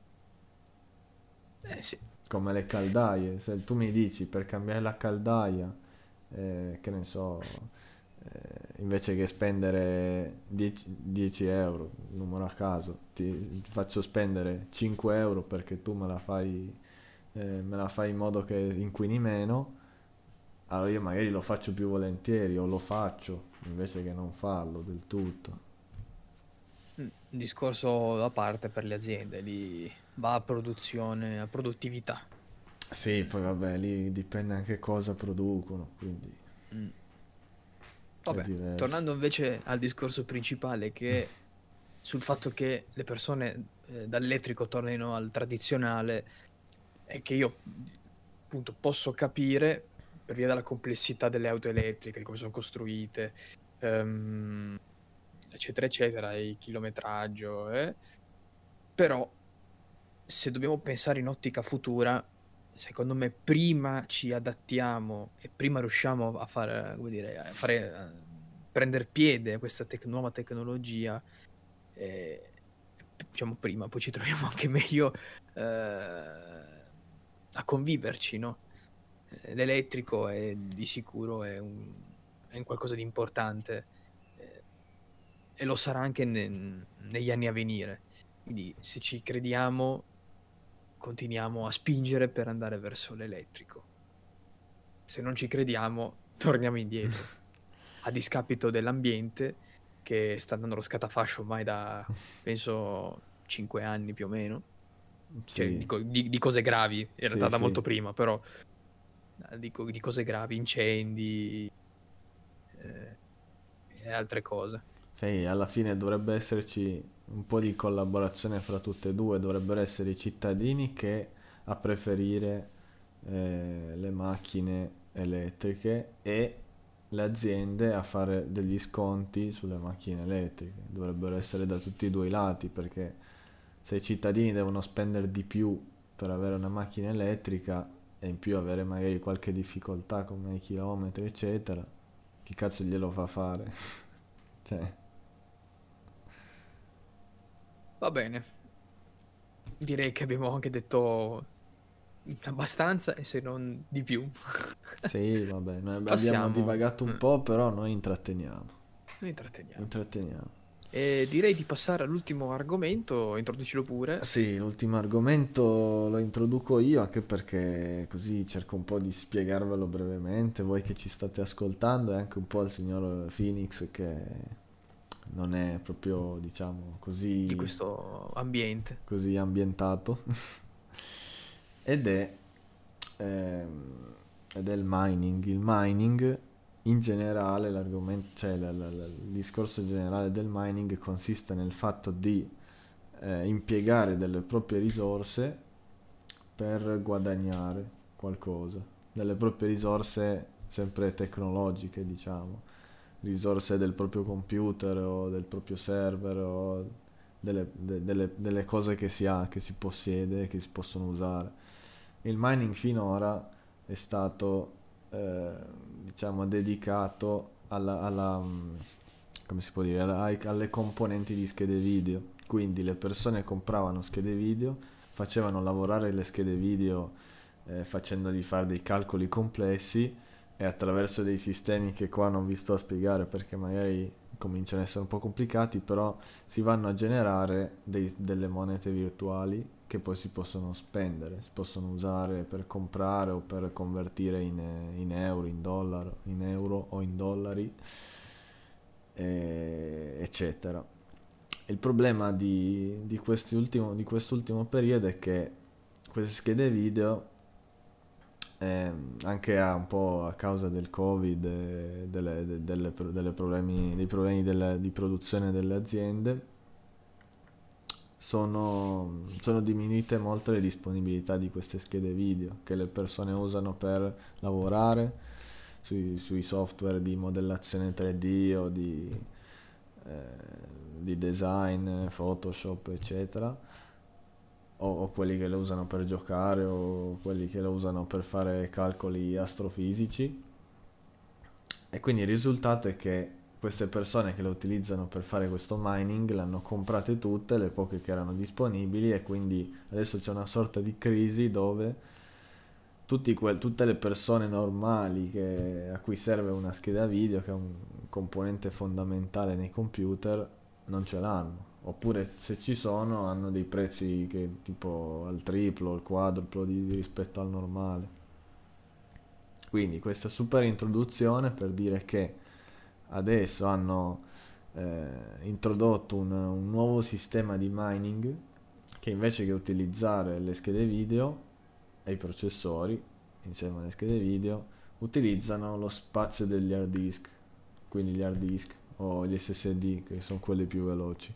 Sì, Come le caldaie, se tu mi dici per cambiare la caldaia, che ne so, invece che spendere 10 euro, numero a caso, ti faccio spendere 5 euro perché tu me la fai in modo che inquini meno, allora io magari lo faccio più volentieri o lo faccio invece che non farlo del tutto. un discorso a parte per le aziende, lì va a produzione, a produttività. Sì, poi vabbè, lì dipende anche cosa producono, quindi Mm. è Vabbè, diverso. tornando invece al discorso principale, che sul fatto che le persone dall'elettrico tornino al tradizionale, è che io appunto posso capire per via della complessità delle auto elettriche, di come sono costruite, ehm, eccetera, eccetera, il chilometraggio, però se dobbiamo pensare in ottica futura, secondo me prima ci adattiamo e prima riusciamo a fare, come dire, a fare, prender piede a questa nuova tecnologia, ehm, diciamo prima, poi ci troviamo anche meglio, a conviverci, no, l'elettrico è di sicuro è un qualcosa di importante, ehm, e lo sarà anche negli anni a venire. Quindi se ci crediamo continuiamo a spingere per andare verso l'elettrico. Se non ci crediamo torniamo indietro, a discapito dell'ambiente che sta dando lo scatafascio ormai da penso 5 anni più o meno. Cioè Sì, di cose gravi, in sì, realtà da sì. molto prima, però dico di cose gravi, incendi, ehm, e altre cose. Sì, alla fine dovrebbe esserci un po' di collaborazione fra tutte e due, dovrebbero essere i cittadini che a preferire le macchine elettriche e le aziende a fare degli sconti sulle macchine elettriche. Dovrebbero essere da tutti e due i lati, perché se i cittadini devono spendere di più per avere una macchina elettrica e in più avere magari qualche difficoltà come i chilometri, eccetera, chi cazzo glielo fa fare? Cioè, Va bene, direi che abbiamo anche detto abbastanza e se non di più. sì, vabbè, noi abbiamo Passiamo, divagato un po', però noi intratteniamo. noi intratteniamo. Intratteniamo. E direi di passare all'ultimo argomento, introducilo pure. Sì, l'ultimo argomento lo introduco io anche perché così cerco un po' di spiegarvelo brevemente, voi che ci state ascoltando e anche un po' al signor Phoenix che non è proprio, diciamo, Di così, questo ambiente. così ambientato. Ed è, ed è il mining. Il mining in generale, l'argomento, cioè il discorso generale del mining consiste nel fatto di impiegare delle proprie risorse per guadagnare qualcosa, delle proprie risorse sempre tecnologiche, diciamo, risorse del proprio computer o del proprio server o delle cose che si ha, che si possiede, che si possono usare. Il mining finora è stato, eh, diciamo, dedicato come si può dire, alle componenti di schede video. Quindi le persone compravano schede video, facevano lavorare le schede video facendogli fare dei calcoli complessi e attraverso dei sistemi che qua non vi sto a spiegare perché magari cominciano ad essere un po' complicati, però si vanno a generare delle monete virtuali che poi si possono spendere, si possono usare per comprare o per convertire in euro, in dollaro, in euro o in dollari, eccetera. Il problema di quest'ultimo periodo è che queste schede video, anche un po' a causa del Covid e dei problemi di produzione delle aziende, sono diminuite molto le disponibilità di queste schede video che le persone usano per lavorare sui software di modellazione 3D o di design, Photoshop, eccetera, o quelli che le usano per giocare o quelli che le usano per fare calcoli astrofisici. E quindi il risultato è che queste persone che le utilizzano per fare questo mining le hanno comprate tutte, le poche che erano disponibili, e quindi adesso c'è una sorta di crisi dove tutte le persone normali a cui serve una scheda video, che è un componente fondamentale nei computer, non ce l'hanno. Oppure se ci sono hanno dei prezzi che tipo al triplo, al quadruplo rispetto al normale. Quindi questa super introduzione per dire che adesso hanno introdotto un nuovo sistema di mining che invece che utilizzare le schede video e i processori insieme alle schede video utilizzano lo spazio degli hard disk, quindi gli hard disk o gli SSD che sono quelli più veloci.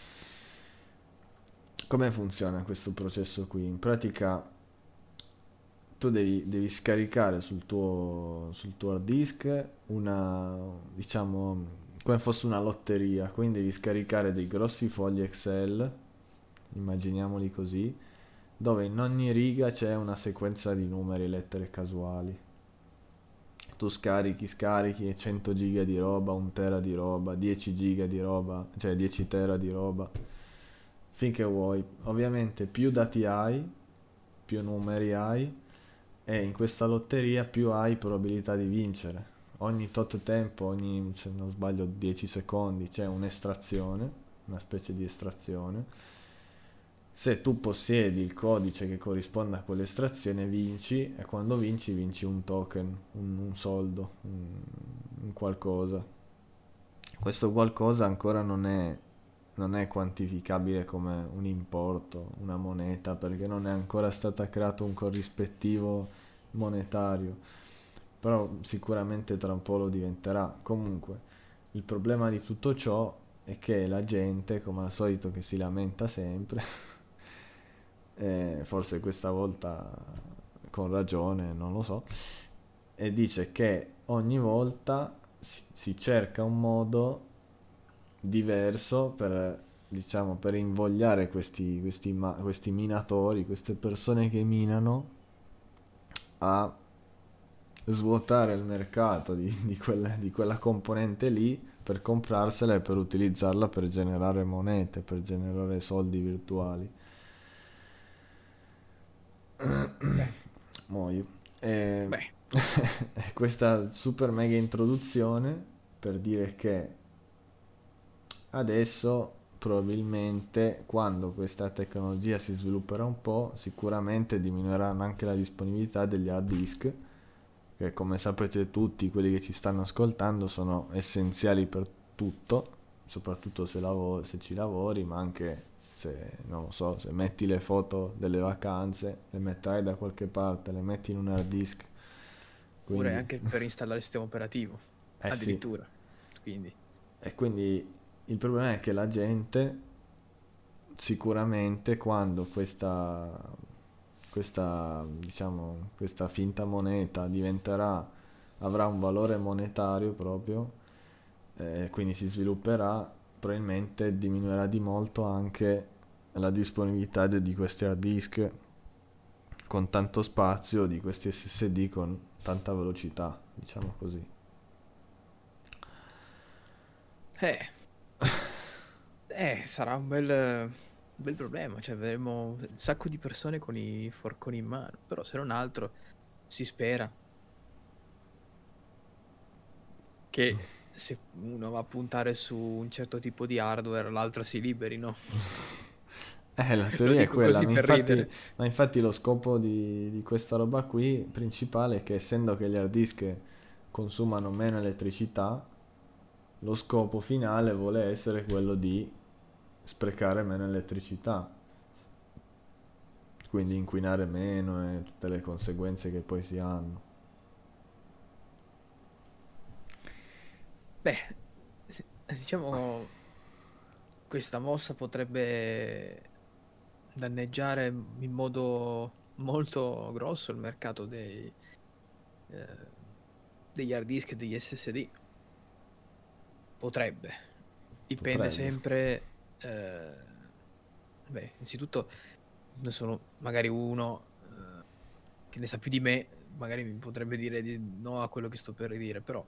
Come funziona questo processo qui? In pratica tu devi scaricare sul tuo hard disk una, diciamo, come fosse una lotteria, quindi devi scaricare dei grossi fogli Excel, immaginiamoli così, dove in ogni riga c'è una sequenza di numeri e lettere casuali. Tu scarichi 100 giga di roba, 1 tera di roba, 10 giga di roba, cioè 10 tera di roba, finché vuoi. Ovviamente più dati hai, più numeri hai, e in questa lotteria più hai probabilità di vincere. Ogni tot tempo, ogni, se non sbaglio, 10 secondi c'è un'estrazione, una specie di estrazione. Se tu possiedi il codice che corrisponde a quell'estrazione vinci, e quando vinci un token, un soldo, un qualcosa. Questo qualcosa ancora non è quantificabile come un importo, una moneta, perché non è ancora stato creato un corrispettivo monetario, però sicuramente tra un po' lo diventerà. Comunque, il problema di tutto ciò è che la gente, come al solito, che si lamenta sempre, forse questa volta con ragione, non lo so, e dice che ogni volta si cerca un modo diverso per, diciamo, per invogliare questi minatori, queste persone che minano, a svuotare il mercato di quella componente lì per comprarsela e per utilizzarla per generare monete, per generare soldi virtuali. Beh, Muoio. E beh, questa super mega introduzione per dire che adesso probabilmente quando questa tecnologia si svilupperà un po', sicuramente diminuirà anche la disponibilità degli hard disk, che come sapete tutti quelli che ci stanno ascoltando sono essenziali per tutto, soprattutto se ci lavori, ma anche se, non lo so, se metti le foto delle vacanze, le metterai da qualche parte, le metti in un hard disk, pure quindi anche per installare il sistema operativo, eh sì, addirittura. Quindi, e quindi il problema è che la gente sicuramente quando diciamo, questa finta moneta avrà un valore monetario proprio, quindi si svilupperà, probabilmente diminuirà di molto anche la disponibilità di questi hard disk con tanto spazio, di questi SSD con tanta velocità, diciamo così. eh, sarà un bel problema, cioè avremo un sacco di persone con i forconi in mano, però se non altro si spera che se uno va a puntare su un certo tipo di hardware, l'altro si liberi, no? La Lo teoria è dico quella, così ma per infatti, ridere. ma infatti lo scopo di questa roba qui principale è che essendo che gli hard disk consumano meno elettricità, lo scopo finale vuole essere quello di sprecare meno elettricità, quindi inquinare meno e tutte le conseguenze che poi si hanno. Beh, diciamo, questa mossa potrebbe danneggiare in modo molto grosso il mercato eh, degli hard disk e degli SSD. Potrebbe. Dipende Potrebbe. sempre. eh, Beh, innanzitutto, ne sono magari uno che ne sa più di me, magari mi potrebbe dire di no a quello che sto per dire, però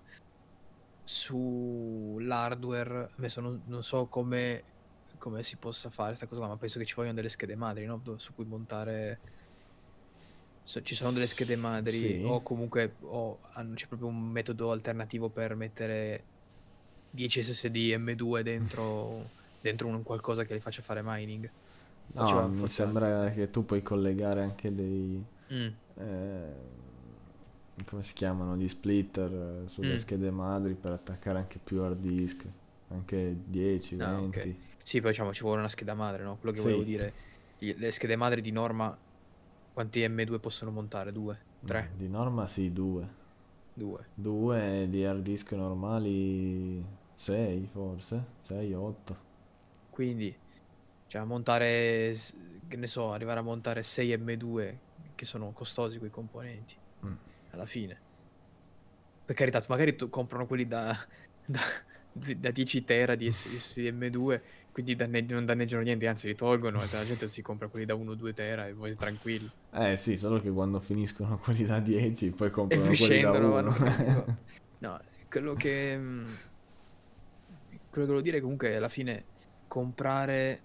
sull'hardware, adesso non so come si possa fare questa cosa qua, ma penso che ci vogliono delle schede madri, no? Su cui montare. Ci sono delle schede madri Sì. o comunque c'è proprio un metodo alternativo per mettere 10 SSD M2 dentro un qualcosa che li faccia fare mining. O ci No, va mi forse sembra che tu puoi collegare anche dei, Mm, eh, come si chiamano, gli splitter sulle mm. schede madri per attaccare anche più hard disk, anche 10, Ah, ok. 20. Sì, poi diciamo ci vuole una scheda madre, no? Quello che volevo Sì, dire. Le schede madri di norma quanti M2 possono montare? 2? Ma 3? di norma sì, 2. 2. 2 di hard disk normali 6 forse, 6, 8. Quindi, cioè, montare, che ne so, arrivare a montare 6 M2, che sono costosi quei componenti, alla fine. Per carità, magari comprano quelli da, da 10 tera di SSD-M2, quindi non danneggiano niente, anzi li tolgono e la gente si compra quelli da 1-2 tera e poi è tranquillo. Eh sì, solo che quando finiscono quelli da 10 poi E poi comprano quelli da scendono, vanno 1. presi, esatto. No, quello che, quello che volevo dire è comunque alla fine comprare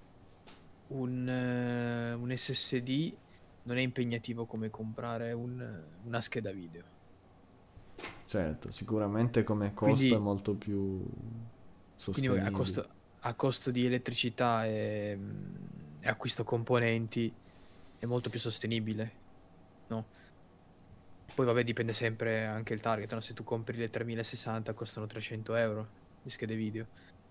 un SSD non è impegnativo come comprare una scheda video. Certo, sicuramente come costo è Quindi, molto più quindi sostenibile. a costo di elettricità e acquisto componenti è molto più sostenibile, no? Poi vabbè dipende sempre anche il target, no? Se tu compri le 3060 costano 300 euro le schede video,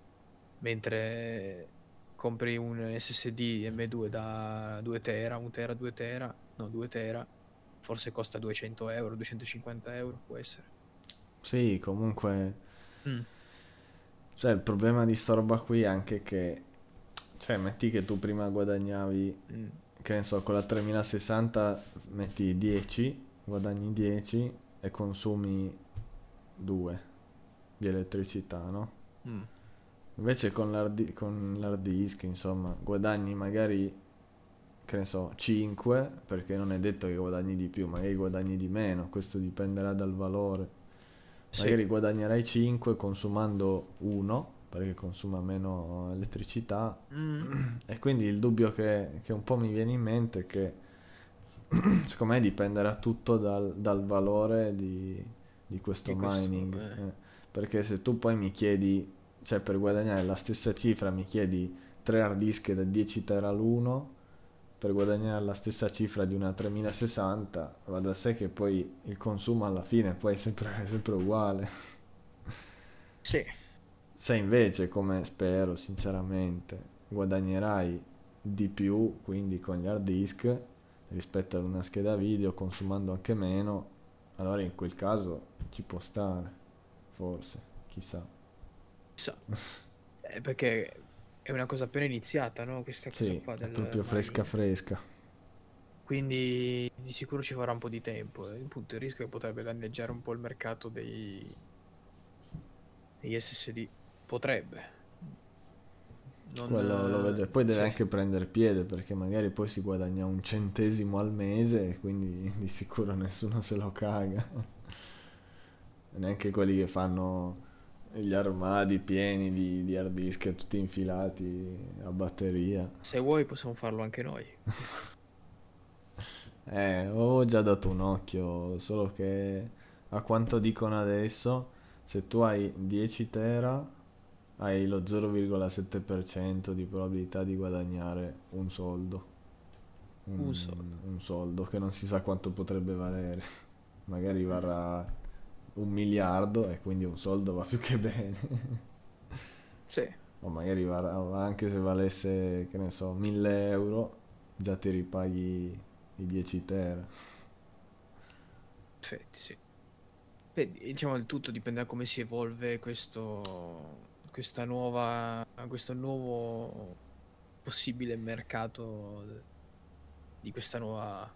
mentre compri un SSD M2 da 2 tera, 1 tera, 2 tera, no 2 tera, forse costa 200 euro, 250 euro può essere. Sì, comunque, Mm, cioè il problema di sta roba qui è anche che, cioè metti che tu prima guadagnavi, mm, che ne so, con la 3060 metti 10, guadagni 10 e consumi 2 di elettricità, no? mm. Invece con l'hard disk, insomma, guadagni magari, che ne so, 5, perché non è detto che guadagni di più, magari guadagni di meno, questo dipenderà dal valore. Sì, Magari guadagnerai 5 consumando 1, perché consuma meno elettricità, mm, e quindi il dubbio che un po' mi viene in mente è che secondo me dipenderà tutto dal valore di questo di questo, mining. Perché se tu poi mi chiedi, cioè per guadagnare la stessa cifra mi chiedi 3 hard disk da 10 tera l'uno, per guadagnare la stessa cifra di una 3060, va da sé che poi il consumo alla fine poi è sempre uguale. sì, Se invece, come spero sinceramente, guadagnerai di più, quindi con gli hard disk, rispetto ad una scheda video, consumando anche meno, allora in quel caso ci può stare, forse, chissà. so. Perché è una cosa appena iniziata, no? Questa cosa Sì, qua è del proprio fresca mining. fresca. Quindi di sicuro ci vorrà un po' di tempo. E appunto il rischio è che potrebbe danneggiare un po' il mercato degli SSD. Potrebbe. Non... Quello lo vede, poi deve sì, anche prendere piede perché magari poi si guadagna un centesimo al mese e quindi di sicuro nessuno se lo caga. Neanche quelli che fanno gli armadi pieni di hard disk tutti infilati a batteria. se vuoi possiamo farlo anche noi. Ho già dato un occhio, solo che a quanto dicono adesso, se tu hai 10 tera, hai lo 0,7% di probabilità di guadagnare un soldo. Un soldo. Un soldo che non si sa quanto potrebbe valere. Magari varrà 1 miliardo e quindi un soldo va più che bene. Sì, O magari anche se valesse, che ne so, 1000 euro, già ti ripaghi i 10 tera. perfetti, sì. Beh, diciamo il tutto dipende da come si evolve questo nuovo possibile mercato di questa nuova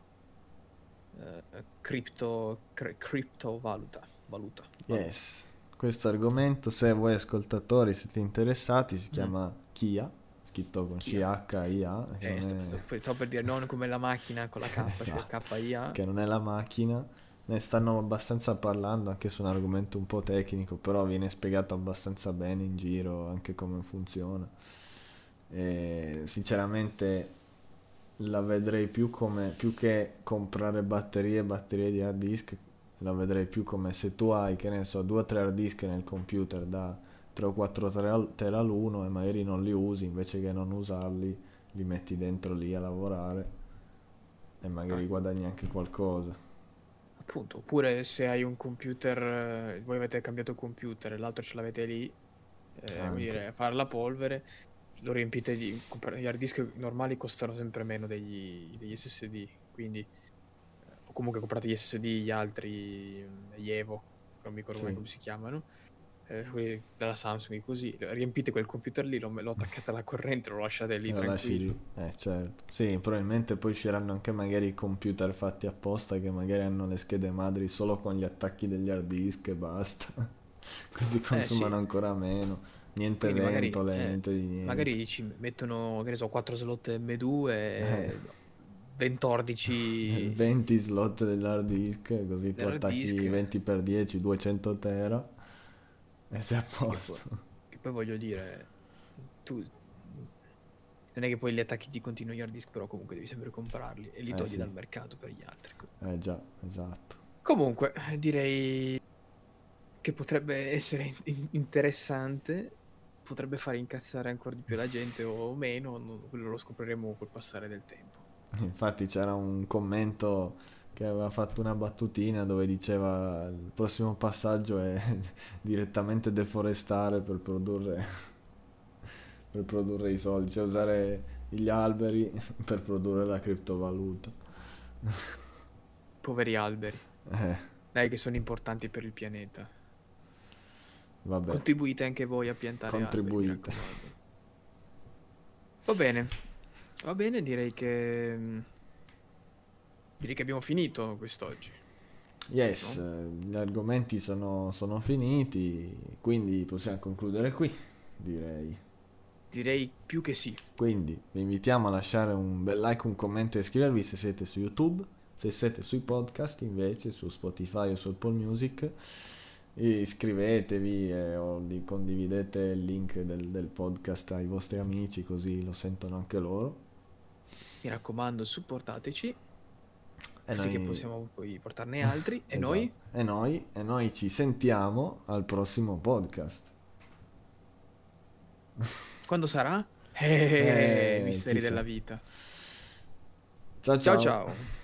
valuta. Yes, questo argomento, se voi ascoltatori siete interessati, si Mm, chiama Kia, scritto con Kia. CHIA, che non è... Stavo per dire non come la macchina con la K, cioè esatto, KIA. che non è la macchina. Ne stanno abbastanza parlando anche su un argomento un po' tecnico, però viene spiegato abbastanza bene in giro anche come funziona. E sinceramente la vedrei più come, più che comprare batterie e batterie di hard disk, la vedrei più come se tu hai, che ne so, 2 o 3 hard disk nel computer da 3 o 4 tera l'uno e magari non li usi, invece che non usarli, li metti dentro lì a lavorare e magari Ah, guadagni anche qualcosa. appunto, oppure se hai un computer, voi avete cambiato computer e l'altro ce l'avete lì, vuol Anche. dire fare la polvere, lo riempite gli hard disk normali costano sempre meno degli SSD, quindi o comunque comprate gli SSD, gli altri, gli Evo, non mi ricordo mai Sì. come si chiamano, quelli della Samsung, così riempite quel computer lì, lo attaccate alla corrente, lo lasciate lì Lo lasci tranquillo. lì. Certo. Sì, probabilmente poi usciranno anche magari computer fatti apposta che magari hanno le schede madri solo con gli attacchi degli hard disk e basta. Così consumano Sì, ancora meno. Niente quindi ventole, niente di niente. magari ci mettono, che ne so, 4 slot M2 Eh, e 14 20 slot dell'hard disk, così tu hard attacchi disk. 20x10, 200 tera e sei a Sì, posto. che poi voglio dire, tu non è che poi li attacchi di continuo gli hard disk, però comunque devi sempre comprarli e li togli Sì, dal mercato per gli altri. già, esatto. Comunque, direi che potrebbe essere interessante, potrebbe fare incazzare ancora di più la gente o meno, quello lo scopriremo col passare del tempo. Infatti c'era un commento che aveva fatto una battutina dove diceva il prossimo passaggio è direttamente deforestare per produrre i soldi, cioè usare gli alberi per produrre la criptovaluta. Poveri alberi, Eh, dai che sono importanti per il pianeta. vabbè, Contribuite anche voi a piantare alberi, mi contribuite. raccomando. Va bene, direi che abbiamo finito quest'oggi. Yes, No? gli argomenti sono finiti, quindi possiamo concludere qui, direi. Direi più che sì. Quindi vi invitiamo a lasciare un bel like, un commento e iscrivervi se siete su YouTube, se siete sui podcast invece, su Spotify o su Apple Music. Iscrivetevi condividete il link del podcast ai vostri amici così lo sentono anche loro. Mi raccomando, supportateci, E così che noi... possiamo poi portarne altri. E Esatto. noi? E noi ci sentiamo al prossimo podcast. Quando sarà? Misteri Chissà. della vita. Ciao Ciao ciao. ciao.